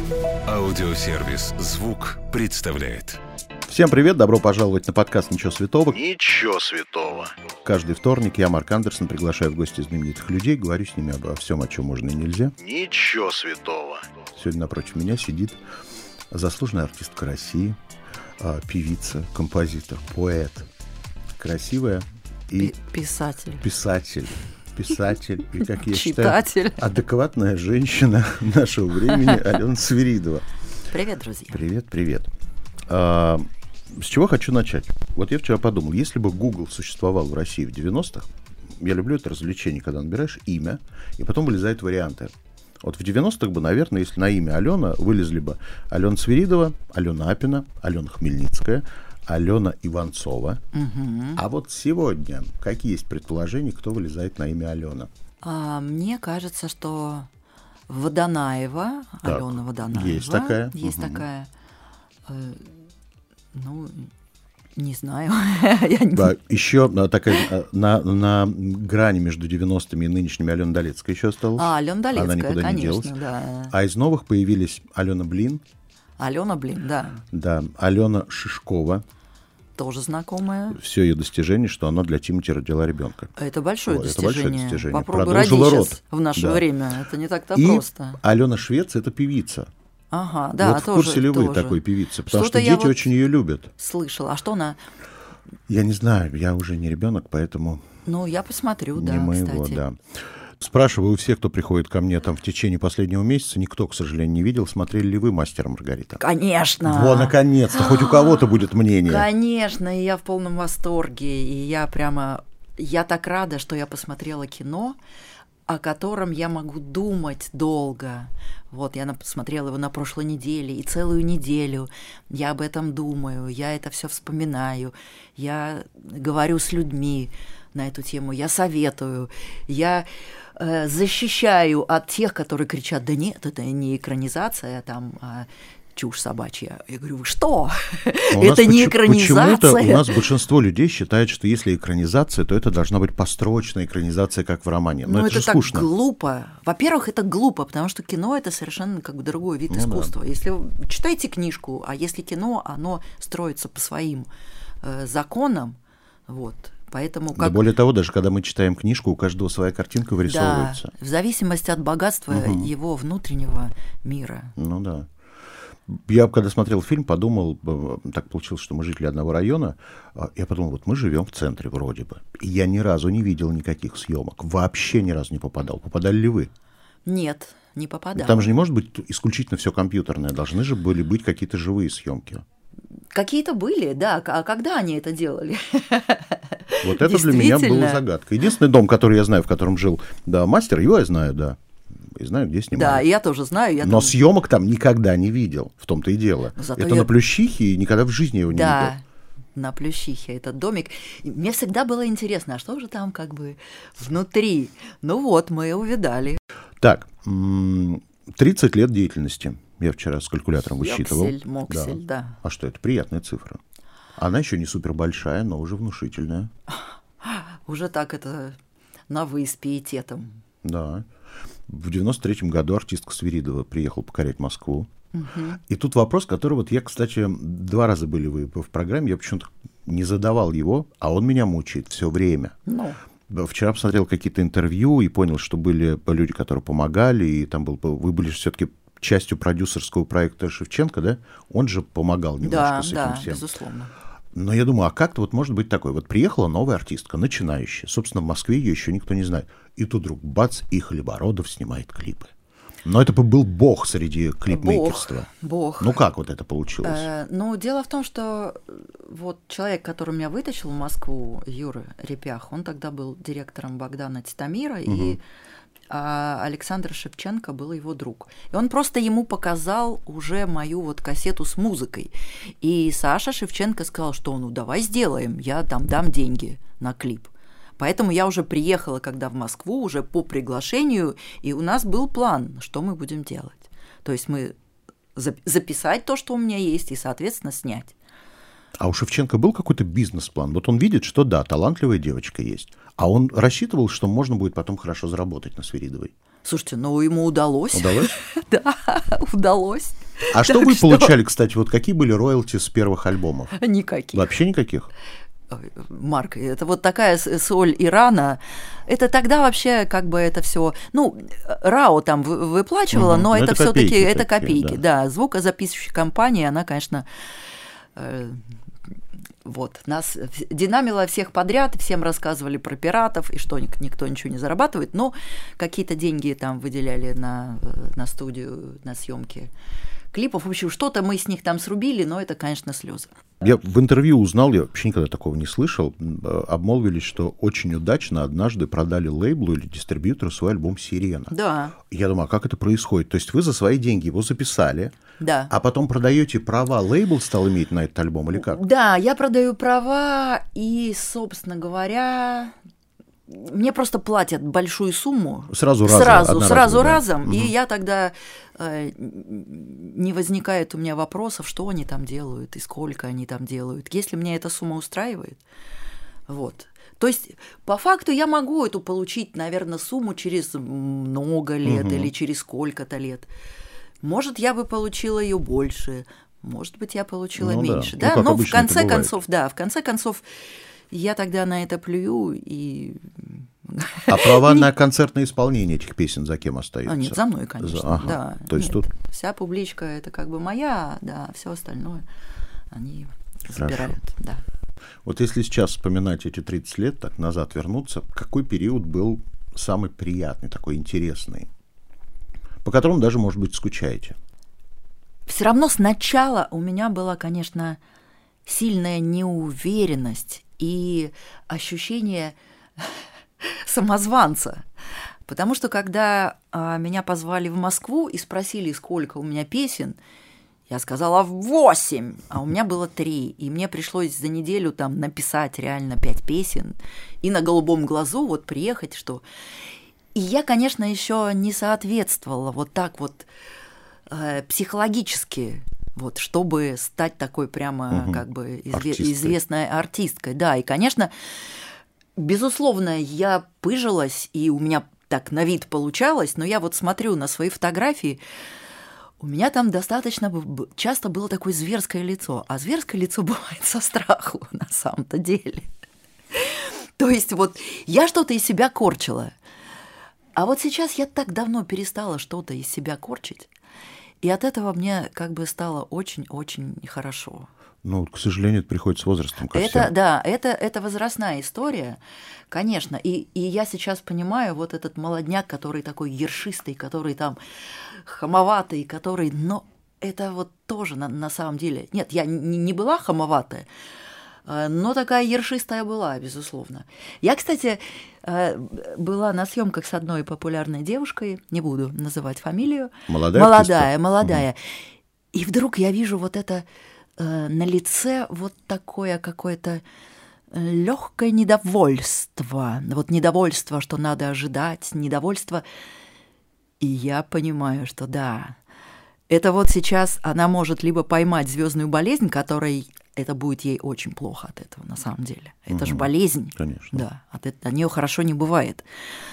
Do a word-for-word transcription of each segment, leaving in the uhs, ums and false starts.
Аудиосервис «Звук» представляет. Всем привет, добро пожаловать на подкаст «Ничего святого». Ничего святого. Каждый вторник я, Марк Андерсон, приглашаю в гости знаменитых людей, говорю с ними обо всем, о чем можно и нельзя. Ничего святого. Сегодня напротив меня сидит заслуженная артистка России, певица, композитор, поэт, красивая и... Писатель. Писатель. Писатель и, как я Читатель. считаю, адекватная женщина нашего времени Алена Свиридова. Привет, друзья. Привет, привет. А, с чего хочу начать? Вот я вчера подумал, если бы Google существовал в России в девяностых, я люблю это развлечение, когда набираешь имя, и потом вылезают варианты. Вот в девяностых бы, наверное, если на имя Алена вылезли бы Алена Свиридова, Алена Апина, Алена Хмельницкая, Алена Иванцова. Угу. А вот сегодня какие есть предположения, кто вылезает на имя Алена? А, мне кажется, что Водонаева, Так, Алена Водонаева. есть такая. Есть Угу. такая. Э, ну, не знаю. Я не- Да, еще а, такая на, на грани между девяностыми и нынешними Алена Долецкая еще осталась. А, Алена Она Долецкая, никуда не делась. конечно, да. А из новых появились Алена Блин, Алена, блин, да, да, Алена Шишкова. тоже знакомая. Все ее достижение, что она для Тимати родила ребенка. Это большое О, это достижение. большое достижение. Попробуй родить Продолжила сейчас род. в наше Да. время. Это не так-то И просто. Алена Швец — это певица. Ага, да, вот в тоже, курсе ли вы тоже. такой певицы? Потому Что-то что я дети вот очень ее любят. слышала. А что она? Я не знаю, я уже не ребенок, поэтому Ну, я посмотрю, да, не моего, кстати. да. Спрашиваю у всех, кто приходит ко мне там в течение последнего месяца, никто, к сожалению, не видел, смотрели ли вы «Мастера и Маргарита». Конечно. Во, наконец-то, хоть у кого-то будет мнение. Конечно, и я в полном восторге, и я прямо, я так рада, что я посмотрела кино, о котором я могу думать долго. Вот, я на- посмотрела его на прошлой неделе, и целую неделю я об этом думаю, я это все вспоминаю, я говорю с людьми на эту тему, я советую, я э, защищаю от тех, которые кричат: да нет, это не экранизация, там, а чушь собачья. Я говорю: вы что? Но у нас Это не почему- Почему-то экранизация. у нас большинство людей считает, что если экранизация, то это должна быть построчная экранизация, как в романе. Но Ну, это, это же так скучно. глупо. Во-первых, это глупо, потому что кино — это совершенно как бы другой вид Ну да. искусства. Если вы читаете книжку, а если кино, оно строится по своим э, законам, вот. Поэтому Да как... более того, даже когда мы читаем книжку, у каждого своя картинка Да, вырисовывается. в зависимости от богатства Мгм. его внутреннего мира. Ну да. Я, когда смотрел фильм, подумал, э, так получилось, что мы жители одного района, а, я подумал, вот мы живем в центре вроде бы. И я ни разу не видел никаких съемок, вообще ни разу не попадал. Попадали ли вы? Нет, не попадал. Там же не может быть исключительно все компьютерное, должны же были быть какие-то живые съемки. Какие-то были, да. А когда они это делали? Вот это для меня была Действительно. загадка. Единственный дом, который я знаю, в котором жил, да, мастер, его я знаю, да. И знаю, где снимали. Да, я тоже знаю. Я Но там- съемок там никогда не видел, в том-то и дело. Но зато Это я- на Плющихе, и никогда в жизни его не Да, видел. на Плющихе этот домик. И мне всегда было интересно, а что же там как бы внутри? Ну вот, мы и увидали. Так, м, тридцать лет деятельности. Я вчера с калькулятором высчитывал. Ёксель, моксель, да. А что, это приятная цифра. Она еще не супер большая, но уже внушительная. Уже так это на вы с пиететом. Да. В девяносто третьем году артистка Свиридова приехала покорять Москву. И тут вопрос, который вот я, кстати, два раза были вы в программе, я почему-то не задавал его, а он меня мучает все время. Ну, Вчера посмотрел какие-то интервью и понял, что были люди, которые помогали, и там был, вы были все-таки частью продюсерского проекта Шевченко, да? Он же помогал немножко да, с этим да, всем. безусловно. Но я думаю, а как-то вот может быть такое? Вот приехала новая артистка, начинающая. Собственно, в Москве ее еще никто не знает. И тут вдруг бац, и Хлебородов снимает клипы. Но это бы был бог среди клипмейкерства. Бог. Ну как вот это получилось? Э, ну, дело в том, что э, вот человек, который меня вытащил в Москву, Юра Репях, он тогда был директором Богдана Титамира, и а Александр Шевченко был его друг. И он просто ему показал уже мою вот кассету с музыкой. И Саша Шевченко сказал, что ну давай сделаем, я там дам деньги на клип. Поэтому я уже приехала, когда в Москву, уже по приглашению, и у нас был план, что мы будем делать. То есть мы записать то, что у меня есть, и, соответственно, снять. А у Шевченко был какой-то бизнес-план? Вот он видит, что да, талантливая девочка есть. А он рассчитывал, что можно будет потом хорошо заработать на Свиридовой? Слушайте, ну ему удалось. Удалось? Да, удалось. А что вы получали, кстати, вот какие были роялти с первых альбомов? Никаких. Вообще никаких? Марк, это вот такая соль Ирана. Это тогда вообще как бы это все, ну, РАО там выплачивала, угу, но, но это, это все-таки это копейки, да. да. Звукозаписывающая компания, она, конечно, э, вот нас динамила всех подряд, всем рассказывали про пиратов и что никто ничего не зарабатывает, но какие-то деньги там выделяли на на студию, на съемки клипов. В общем, что-то мы с них там срубили, но это, конечно, слезы. Я в интервью узнал, я вообще никогда такого не слышал, обмолвились, что очень удачно однажды продали лейблу или дистрибьютору свой альбом «Сирена». Да. Я думаю, а как это происходит? То есть вы за свои деньги его записали, да. а потом продаете права, лейбл стал иметь на этот альбом или как? Да, я продаю права, и, собственно говоря... Мне просто платят большую сумму. Сразу разом. Сразу, сразу да. разом. Угу. И я тогда э, не возникает у меня вопросов, что они там делают и сколько они там делают. Если меня эта сумма устраивает, вот. То есть, по факту, я могу эту получить, наверное, сумму через много лет угу. или через сколько-то лет. Может, я бы получила ее больше, может быть, я получила ну, меньше. Да. Да? Ну, Но в конце концов, да, в конце концов. Я тогда на это плюю и... А права на концертное исполнение этих песен за кем остаются? А нет, за мной, конечно, за... ага. да. То есть нет, тут... Вся публичка – это как бы моя, да, все остальное они забирают, да. Вот если сейчас вспоминать эти тридцать лет, так назад вернуться, какой период был самый приятный, такой интересный, по которому даже, может быть, скучаете? Все равно сначала у меня была, конечно, сильная неуверенность и ощущение самозванца. Потому что когда а, меня позвали в Москву и спросили, сколько у меня песен, я сказала восемь, а у меня было три. И мне пришлось за неделю там написать реально пять песен и на голубом глазу вот приехать, что... И я, конечно, еще не соответствовала вот так вот э, психологически, вот, чтобы стать такой прямо угу. как бы изве- артисткой. известной артисткой. Да, и, конечно, безусловно, я пыжилась, и у меня так на вид получалось, но я вот смотрю на свои фотографии, у меня там достаточно часто было такое зверское лицо, а зверское лицо бывает со страху на самом-то деле. То есть вот я что-то из себя корчила, а вот сейчас я так давно перестала что-то из себя корчить, и от этого мне как бы стало очень-очень хорошо. Ну, к сожалению, это приходит с возрастом ко это, всем. Да, это, это возрастная история, конечно. И, и я сейчас понимаю, вот этот молодняк, который такой ершистый, который там хамоватый, который... Но это вот тоже на, на самом деле... Нет, я не, не была хамоватая, но такая ершистая была, безусловно. Я, кстати, была на съемках с одной популярной девушкой, не буду называть фамилию. Молодая Молодая, артистка? молодая. Угу. И вдруг я вижу вот это э, на лице вот такое какое-то легкое недовольство. Вот недовольство, что надо ожидать, недовольство. И я понимаю, что да, это вот сейчас она может либо поймать звездную болезнь, которой это будет ей очень плохо от этого, на самом деле. Это угу. же болезнь. Конечно. Да, от, от нее хорошо не бывает.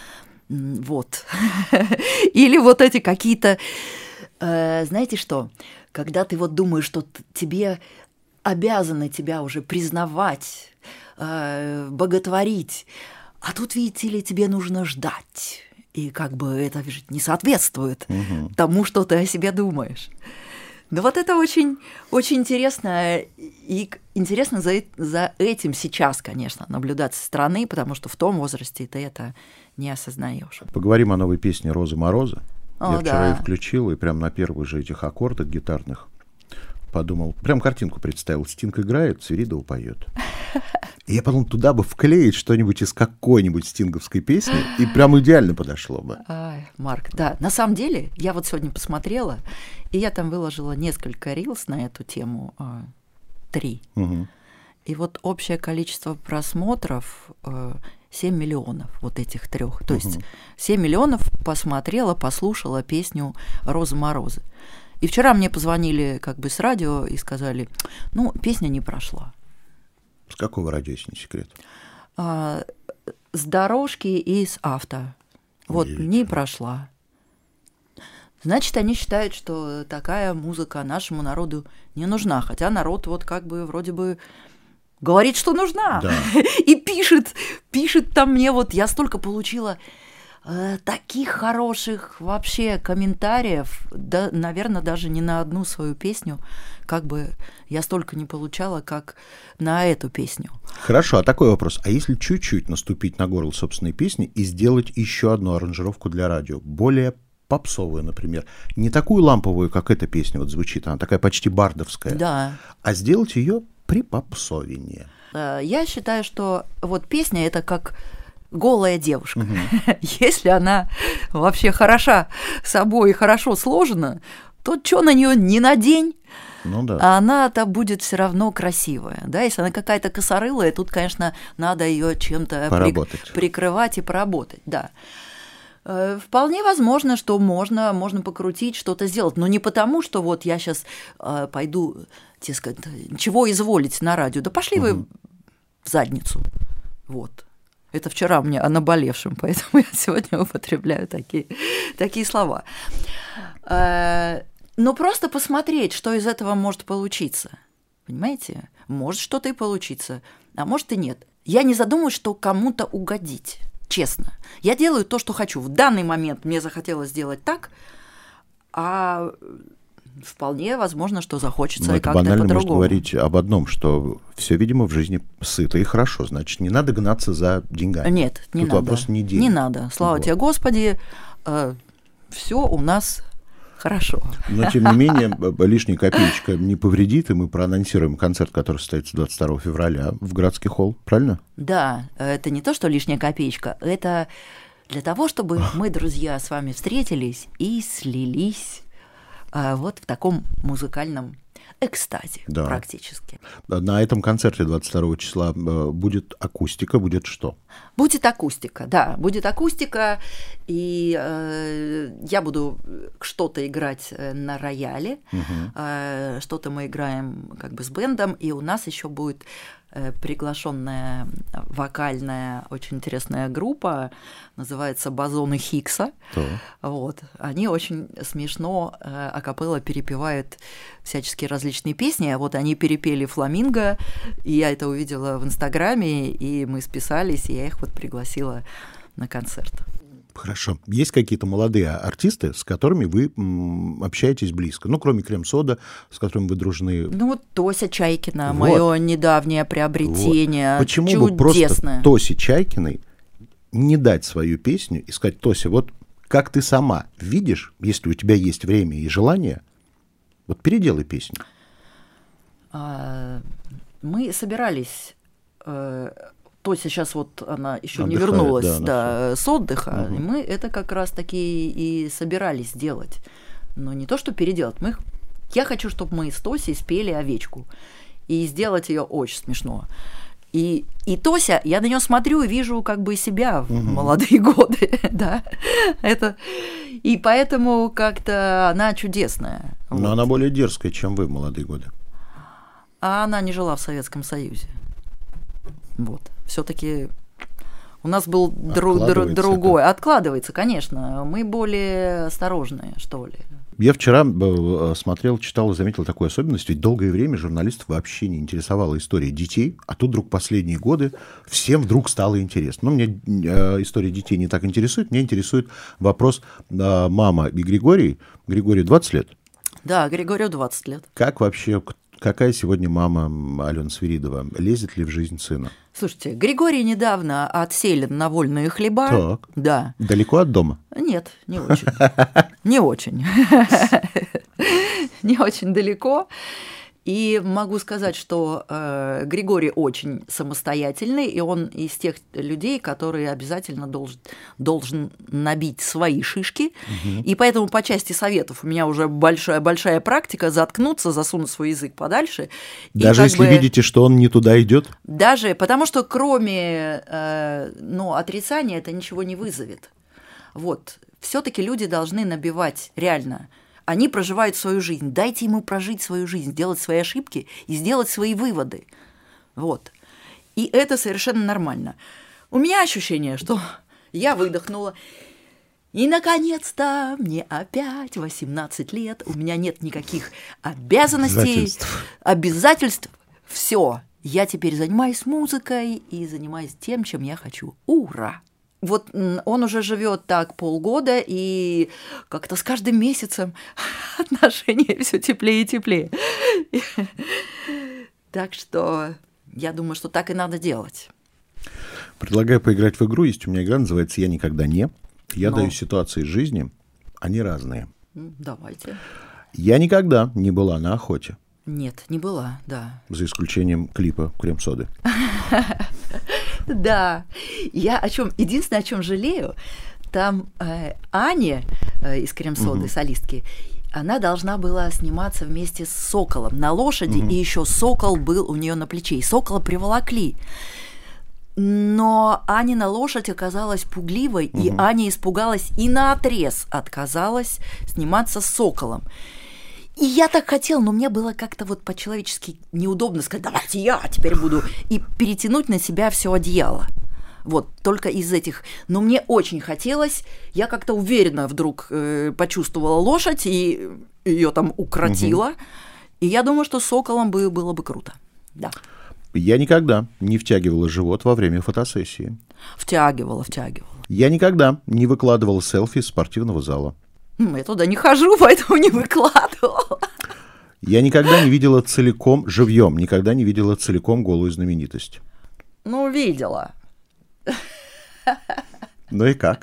Вот. Или вот эти какие-то, э, знаете что, когда ты вот думаешь, что тебе обязаны тебя уже признавать, э, боготворить, а тут, видите ли, тебе нужно ждать. И как бы это не соответствует угу. тому, что ты о себе думаешь. Ну вот это очень, очень интересно, и интересно за, за этим сейчас, конечно, наблюдать со стороны, потому что в том возрасте ты это не осознаешь. Поговорим о новой песне «Роза Мороза». О, Я вчера да. ее включил, и прям на первых же этих аккордах гитарных подумал, прям картинку представил, Стинг играет, Свиридова поет. И я подумал, туда бы вклеить что-нибудь из какой-нибудь стинговской песни, и прям идеально подошло бы. Ай, Марк, да, на самом деле, я вот сегодня посмотрела, и я там выложила несколько рилс на эту тему, э, три. Угу. И вот общее количество просмотров э, семь миллионов вот этих трех. То угу. есть семь миллионов посмотрела, послушала песню «Роза Мороза». И вчера мне позвонили как бы с радио и сказали, ну, песня не прошла. С какого радио, если не секрет? А, с дорожки и с авто. Вот, Видите. не прошла. значит, они считают, что такая музыка нашему народу не нужна. Хотя народ вот как бы вроде бы говорит, что нужна. Да. И пишет, пишет там мне, вот я столько получила э, таких хороших вообще комментариев, да, наверное, даже не на одну свою песню, как бы я столько не получала, как на эту песню. Хорошо, а такой вопрос. А если чуть-чуть наступить на горло собственной песни и сделать еще одну аранжировку для радио, более попсовую, например, не такую ламповую, как эта песня вот звучит, она такая почти бардовская, Да. а сделать ее припопсовеннее? Я считаю, что вот песня – это как голая девушка. Угу. Если она вообще хороша собой и хорошо сложена, то что на нее не надень, ну, да. а она-то будет все равно красивая. Да? Если она какая-то косорылая, тут, конечно, надо ее чем-то прик- прикрывать и поработать. Да. Вполне возможно, что можно, можно покрутить, что-то сделать, но не потому, что вот я сейчас э, пойду, так сказать, чего изволить на радио. Да пошли угу. вы в задницу. Вот. Это вчера у меня о наболевшем, поэтому я сегодня употребляю такие, такие слова. Э, но просто посмотреть, что из этого может получиться. Понимаете? Может что-то и получиться, а может и нет. Я не задумываюсь, что кому-то угодить. Честно. Я делаю то, что хочу. В данный момент мне захотелось сделать так, а вполне возможно, что захочется и как-то по-другому. Банально может говорить об одном, что все, видимо, в жизни сыто и хорошо. Значит, не надо гнаться за деньгами. Нет, не Тут надо. вопрос не денег. Не надо. Слава вот. тебе, Господи, э, все у нас хорошо. Но, тем не менее, лишняя копеечка не повредит, и мы проанонсируем концерт, который состоится двадцать второго февраля в Градский холл, правильно? Да, это не то, что лишняя копеечка, это для того, чтобы мы, друзья, с вами встретились и слились а, вот в таком музыкальном экстазе да. практически. На этом концерте двадцать второго числа будет акустика, будет что? Будет акустика, да, будет акустика, и э, я буду что-то играть на рояле, угу. э, что-то мы играем как бы с бэндом, и у нас еще будет э, приглашенная вокальная, очень интересная группа, называется «Бозоны Хиггса». Вот. Они очень смешно э, акапелла перепевают всяческие различные песни, вот они перепели «Фламинго», и я это увидела в Инстаграме, и мы списались, и я их вот пригласила на концерт. Хорошо. Есть какие-то молодые артисты, с которыми вы м, общаетесь близко? Ну, кроме Крем-Сода, с которыми вы дружны. Ну, вот Тося Чайкина, вот. Мое недавнее приобретение. Вот. Почему чудесное. бы просто Тосе Чайкиной не дать свою песню и сказать: Тося, вот как ты сама видишь, если у тебя есть время и желание, вот переделай песню. А, мы собирались... Тося сейчас вот она еще не Отдыхает, вернулась да, да, с отдыха, угу. и мы это как раз таки и собирались делать. Но не то, что переделать. Мы... Я хочу, чтобы мы с Тосей спели «Овечку». И сделать ее очень смешно. И, и Тося, я на нее смотрю и вижу как бы себя в угу. молодые годы. да. это... И поэтому как-то она чудесная. Но вот. Она более дерзкая, чем вы в молодые годы. А она не жила в Советском Союзе. Вот. Все-таки у нас был дру- дру- другой. Это. Откладывается, конечно. Мы более осторожные, что ли. Я вчера смотрел, читал и заметил такую особенность. Ведь долгое время журналистов вообще не интересовала история детей, а тут вдруг последние годы всем вдруг стало интересно. Ну, меня история детей не так интересует. Меня интересует вопрос мама и Григорий. Григорию двадцать лет? Да, Григорию двадцать лет. Как вообще... Какая сегодня мама Алены Свиридова? Лезет ли в жизнь сына? Слушайте, Григорий недавно отселен на вольные хлеба. Так. Да. Далеко от дома? Нет, не очень. Не очень. Не очень далеко. И могу сказать, что э, Григорий очень самостоятельный, и он из тех людей, которые обязательно должен, должен набить свои шишки. Угу. И поэтому по части советов у меня уже большая, большая практика заткнуться, засунуть свой язык подальше. Даже если бы, видите, что он не туда идет? Даже, потому что кроме э, ну, отрицания это ничего не вызовет. Вот. Все-таки люди должны набивать реально. Они проживают свою жизнь. Дайте ему прожить свою жизнь, сделать свои ошибки и сделать свои выводы. Вот. И это совершенно нормально. У меня ощущение, что я выдохнула, И, наконец-то, мне опять восемнадцать лет, у меня нет никаких обязанностей, Обязательств. обязательств. Все, я теперь занимаюсь музыкой и занимаюсь тем, чем я хочу. Ура! Вот он уже живет так полгода, и как-то с каждым месяцем отношения все теплее и теплее. Так что я думаю, что так и надо делать. Предлагаю поиграть в игру. Есть у меня игра, называется «Я никогда не». Я Но. даю ситуации из жизни, они разные. Давайте. Я никогда не была на охоте, Нет, не была, да. за исключением клипа «Крем-соды». Да, я о чем, единственное, о чем жалею, там э, Аня э, из «Крем-соды», Мгм. солистки, она должна была сниматься вместе с Соколом на лошади, Мгм. и еще Сокол был у нее на плече, и Сокола приволокли. Но Анина лошадь оказалась пугливой, и Мгм. Аня испугалась и наотрез отказалась сниматься с Соколом. И я так хотела, но мне было как-то вот по-человечески неудобно сказать, давайте я теперь буду, и перетянуть на себя все одеяло. Вот, только из этих. Но мне очень хотелось, я как-то уверенно вдруг э, почувствовала лошадь, и ее там укротила. И я думаю, что с Соколом бы было бы круто. Да. Я никогда не втягивала живот во время фотосессии. Втягивала, втягивала. Я никогда не выкладывала селфи из спортивного зала. М, Я туда не хожу, поэтому не выкладывала. Я никогда не видела целиком, живьем, никогда не видела целиком голую знаменитость. Ну, видела. Ну и как?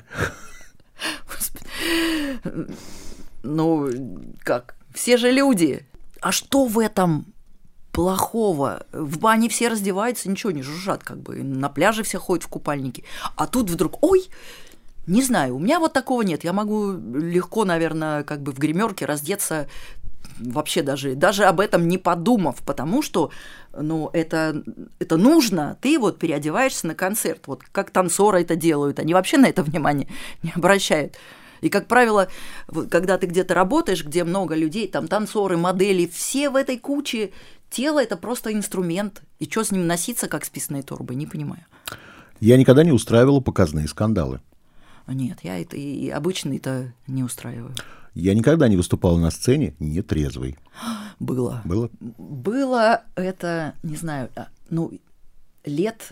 Ну, как? Все же люди. А что в этом плохого? В бане все раздеваются, ничего не жужжат, как бы. На пляже все ходят в купальники. А тут вдруг, ой, не знаю, у меня вот такого нет. Я могу легко, наверное, как бы в гримерке раздеться, вообще даже, даже об этом не подумав, потому что, ну, это, это нужно. Ты вот переодеваешься на концерт. Вот как танцоры это делают. Они вообще на это внимание не обращают. И, как правило, вот когда ты где-то работаешь, где много людей, там танцоры, модели, все в этой куче, тело – это просто инструмент. И что с ним носиться, как с писаной торбой, не понимаю. Я никогда не устраивала показные скандалы. Нет, я это и обычно-то не устраиваю. Я никогда не выступала на сцене нетрезвой. Было. Было? Было это, не знаю, а, ну, лет,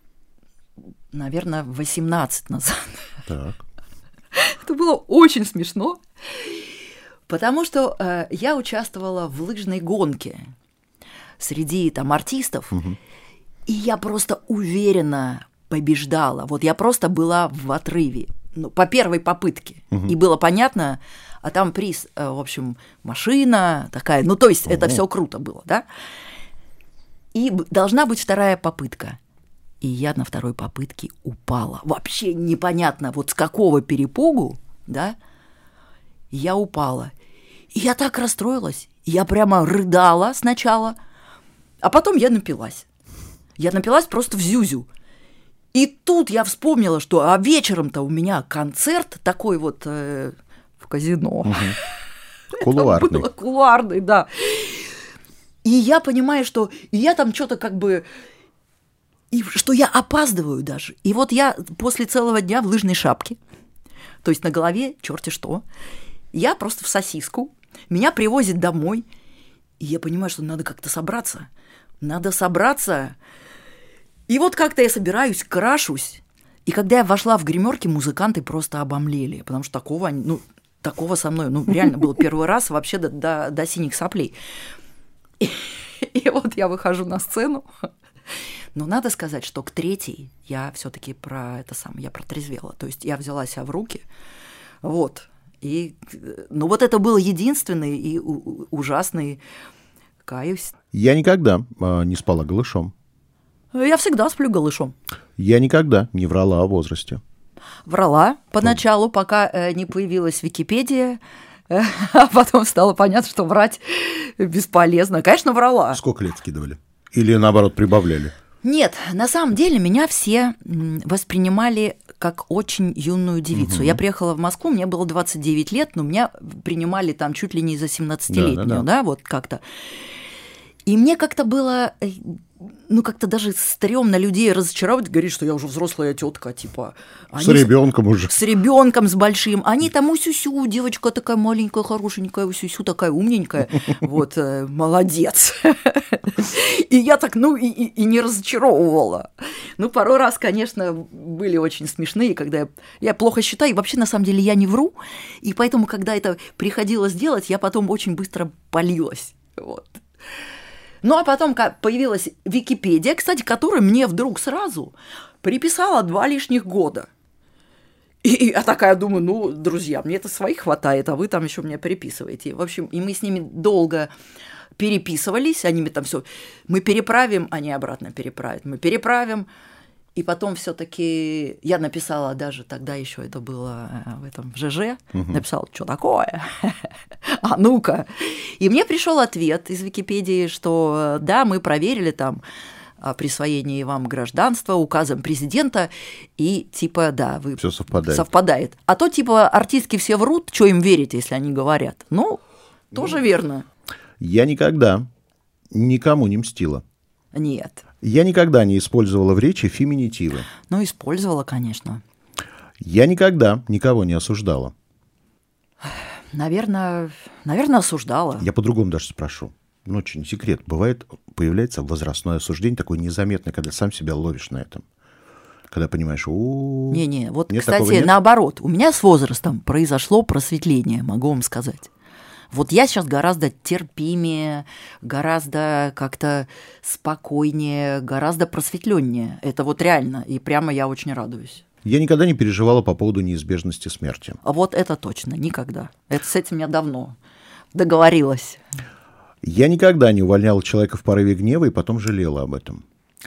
наверное, восемнадцать назад. Так. Это было очень смешно, потому что э, я участвовала в лыжной гонке среди там артистов, Мгм. и я просто уверенно побеждала. Вот я просто была в отрыве, ну, по первой попытке. Мгм. И было понятно, а там приз, э, в общем, машина такая, ну, то есть это Ого. все круто было, да? И б- должна быть вторая попытка. И я на второй попытке упала. Вообще непонятно, вот с какого перепугу, да, я упала. И я так расстроилась. Я прямо рыдала сначала, а потом я напилась. Я напилась просто в зюзю. И тут я вспомнила, что а вечером-то у меня концерт такой вот э, в казино. Кулуарный. Было кулуарный, да. И я понимаю, что и я там что-то как бы... И что я опаздываю даже. И вот я после целого дня в лыжной шапке, то есть на голове черти что, я просто в сосиску, меня привозят домой, и я понимаю, что надо как-то собраться. Надо собраться. И вот как-то я собираюсь, крашусь. И когда я вошла в гримерки, музыканты просто обомлели, потому что такого, они- ну, такого со мной, ну, реально был первый раз вообще до, до, до синих соплей. И, и вот я выхожу на сцену. Но надо сказать, что к третьей я все-таки про это самое, я протрезвела. То есть я взяла себя в руки. Вот. И, ну, вот это был единственный и у- у- ужасный, каюсь. Я никогда а, не спала голышом. Я всегда сплю голышом. Я никогда не врала о возрасте. Врала поначалу, пока э, не появилась Википедия, э, а потом стало понятно, что врать бесполезно. Конечно, врала. Сколько лет скидывали? Или, наоборот, прибавляли? Нет, на самом деле меня все м, воспринимали как очень юную девицу. Мгм. Я приехала в Москву, мне было двадцать девять лет, но меня принимали там чуть ли не за семнадцатилетнюю, Да, да, да, да. вот как-то. И мне как-то было, ну, как-то даже стрёмно людей разочаровать, говорить, что я уже взрослая тетка, типа. С ребенком уже. С ребенком, с большим. Они там усю-сю, девочка такая маленькая, хорошенькая, усю-сю, такая умненькая. Вот, молодец. И я так, ну, и, и, и не разочаровывала. Ну, пару раз, конечно, были очень смешные, когда я, я плохо считаю, и вообще, на самом деле, я не вру, и поэтому, когда это приходилось делать, я потом очень быстро палилась. Вот. Ну, а потом появилась Википедия, кстати, которая мне вдруг сразу приписала два лишних года. И я такая думаю, ну, друзья, мне это своих хватает, а вы там еще мне переписываете. В общем, и мы с ними долго переписывались, они мне там все, мы переправим, они обратно переправят, мы переправим. И потом все-таки я написала даже тогда еще это было в этом в ЖЖ, угу. Написала, что такое, а ну-ка. И мне пришел ответ из Википедии, что да, мы проверили там о присвоении вам гражданства указом президента, и типа, да, вы все совпадает. совпадает. А то типа артистки все врут, что им верить, если они говорят. Ну, тоже ну, верно. Я никогда никому не мстила. Нет. Я никогда не использовала в речи феминитивы. Ну, использовала, конечно. Я никогда никого не осуждала. Наверное, наверное, осуждала. Я по-другому даже спрошу. Ну, очень секрет. Бывает, появляется возрастное осуждение, такое незаметное, когда сам себя ловишь на этом. Когда понимаешь, у Не-не, вот, кстати, наоборот, у меня с возрастом произошло просветление, могу вам сказать. Вот я сейчас гораздо терпимее, гораздо как-то спокойнее, гораздо просветленнее. Это вот реально, и прямо я очень радуюсь. Я никогда не переживала по поводу неизбежности смерти. А вот это точно, никогда. Это с этим я давно договорилась. Я никогда не увольняла человека в порыве гнева и потом жалела об этом.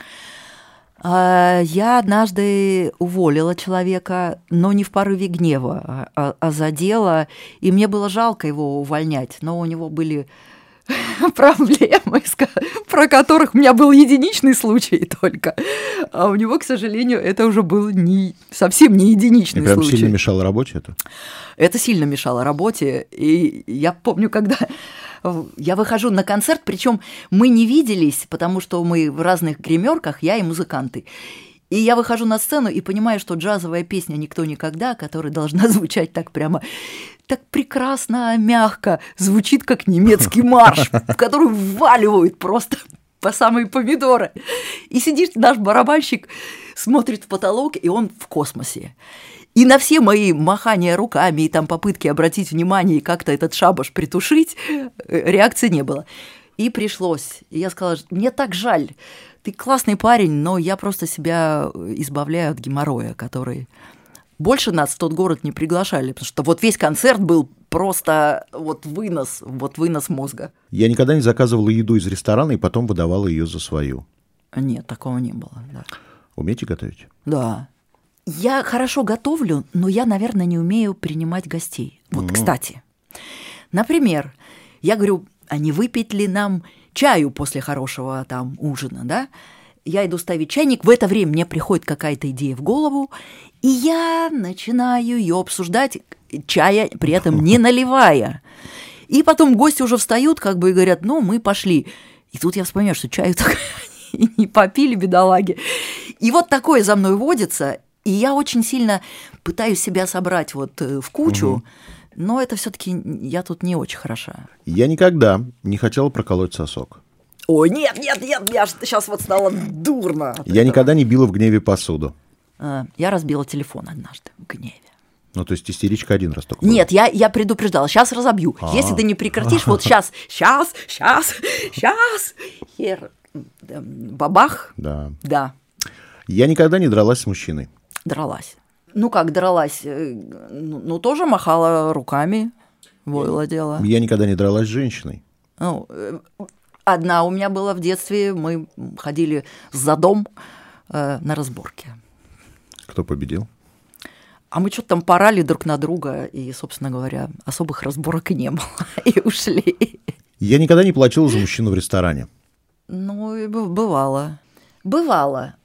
Я однажды уволила человека, но не в порыве гнева, а, а за дело, и мне было жалко его увольнять, но у него были проблемы, про которых у меня был единичный случай только, а у него, к сожалению, это уже был не, совсем не единичный и прям случай. Сильно мешало работе это? Это сильно мешало работе, и я помню, когда... Я выхожу на концерт, причем мы не виделись, потому что мы в разных гримерках, я и музыканты. И я выхожу на сцену и понимаю, что джазовая песня «Никто никогда», которая должна звучать так прямо, так прекрасно, мягко, звучит как немецкий марш, в который вваливают просто по самые помидоры. И сидит наш барабанщик, смотрит в потолок, и он в космосе. И на все мои махания руками и там попытки обратить внимание и как-то этот шабаш притушить, реакции не было. И пришлось. И я сказала, мне так жаль, ты классный парень, но я просто себя избавляю от геморроя, который... Больше нас в тот город не приглашали, потому что вот весь концерт был просто вот вынос, вот вынос мозга. Я никогда не заказывала еду из ресторана и потом выдавала ее за свою. Нет, такого не было, да. Умеете готовить? Да. Я хорошо готовлю, но я, наверное, не умею принимать гостей. Вот, mm-hmm. кстати, например, я говорю, а не выпить ли нам чаю после хорошего там ужина, да? Я иду ставить чайник, в это время мне приходит какая-то идея в голову, и я начинаю ее обсуждать, чая при этом не наливая. И потом гости уже встают, как бы, и говорят, ну, мы пошли. И тут я вспоминаю, что чаю так не попили, бедолаги. И вот такое за мной водится, и я очень сильно пытаюсь себя собрать вот в кучу, угу. но это все-таки я тут не очень хороша. Я никогда не хотела проколоть сосок. Ой, нет, нет, нет, я сейчас вот стало дурно. Я этого. Никогда не била в гневе посуду. А, я разбила телефон однажды в гневе. Ну, то есть истеричка один раз только. Нет, я, я предупреждала, сейчас разобью. А-а-а. Если ты не прекратишь, вот сейчас, сейчас, сейчас, сейчас, хер, бабах. Да. Да. Я никогда не дралась с мужчиной. Дралась. Ну как дралась? Ну, ну тоже махала руками, войло дело. Я никогда не дралась с женщиной. Ну, одна у меня была в детстве, мы ходили за дом э, на разборки. Кто победил? А мы что-то там порали друг на друга, и, собственно говоря, особых разборок и не было, и ушли. Я никогда не платила за мужчину в ресторане. Ну, бывало. Бывало.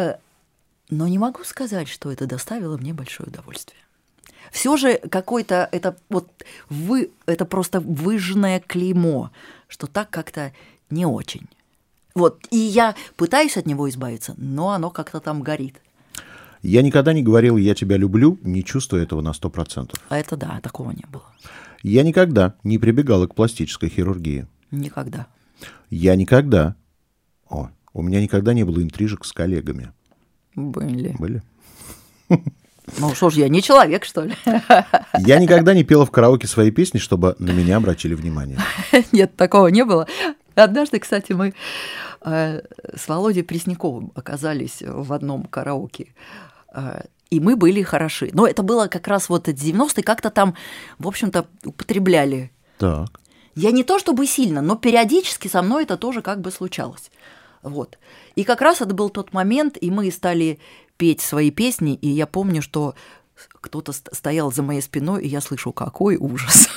Но не могу сказать, что это доставило мне большое удовольствие. Все же какой-то, это вот вы, это просто выжженное клеймо, что так как-то не очень. Вот, и я пытаюсь от него избавиться, но оно как-то там горит. Я никогда не говорил «я тебя люблю», не чувствуя этого на сто процентов. А это да, такого не было. Я никогда не прибегала к пластической хирургии. Никогда. Я никогда... О, у меня никогда не было интрижек с коллегами. Были. Были? Ну что ж, я не человек, что ли? Я никогда не пела в караоке свои песни, чтобы на меня обратили внимание. Нет, такого не было. Однажды, кстати, мы э, с Володей Пресняковым оказались в одном караоке, э, и мы были хороши. Но это было как раз вот девяностые, как-то там, в общем-то, употребляли. Так. Я не то чтобы сильно, но периодически со мной это тоже как бы случалось. Вот. И как раз это был тот момент, и мы стали петь свои песни, и я помню, что кто-то стоял за моей спиной, и я слышу, какой ужас.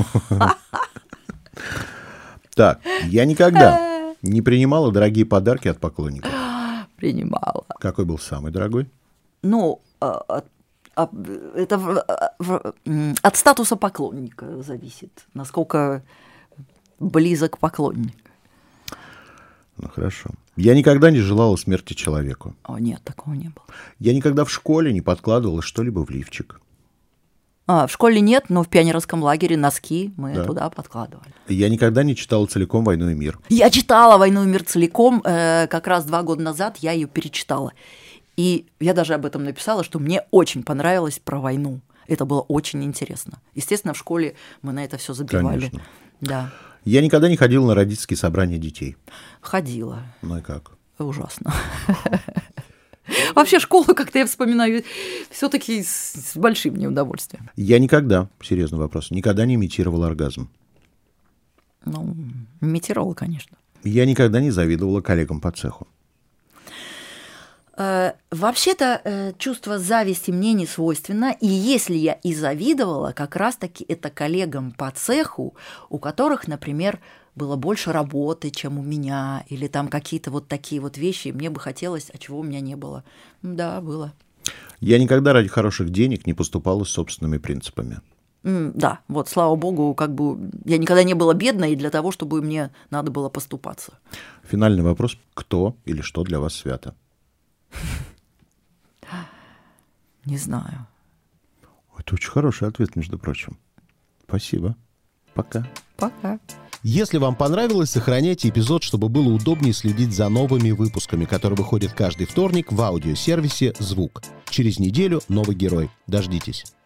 Так, я никогда не принимала дорогие подарки от поклонников. Принимала. Какой был самый дорогой? Ну, от, от, это от статуса поклонника зависит, насколько близок поклонник. Ну, хорошо. Я никогда не желала смерти человеку. О, нет, такого не было. Я никогда в школе не подкладывала что-либо в лифчик. А, в школе нет, но в пионерском лагере носки мы Да. туда подкладывали. Я никогда не читала целиком «Войну и мир». Я читала «Войну и мир» целиком, э, как раз два года назад я ее перечитала. И я даже об этом написала, что мне очень понравилось про войну. Это было очень интересно. Естественно, в школе мы на это все забивали. Конечно. Да. Я никогда не ходила на родительские собрания детей. Ходила. Ну и как? Ужасно. Вообще школу, как-то я вспоминаю, все-таки с большим неудовольствием. Я никогда, серьезный вопрос, никогда не имитировала оргазм. Ну, имитировала, конечно. Я никогда не завидовала коллегам по цеху. Вообще-то чувство зависти мне не свойственно, и если я и завидовала, как раз-таки это коллегам по цеху, у которых, например, было больше работы, чем у меня, или там какие-то вот такие вот вещи, мне бы хотелось, а чего у меня не было. Да, было. Я никогда ради хороших денег не поступала с собственными принципами. М, Да, вот, слава богу, как бы я никогда не была бедной для того, чтобы мне надо было поступаться. Финальный вопрос. Кто или что для вас свято? Не знаю. Это очень хороший ответ, между прочим. Спасибо. Пока. Пока. Если вам понравилось, сохраняйте эпизод, чтобы было удобнее следить за новыми выпусками, которые выходят каждый вторник в аудиосервисе «Звук». Через неделю новый герой. Дождитесь.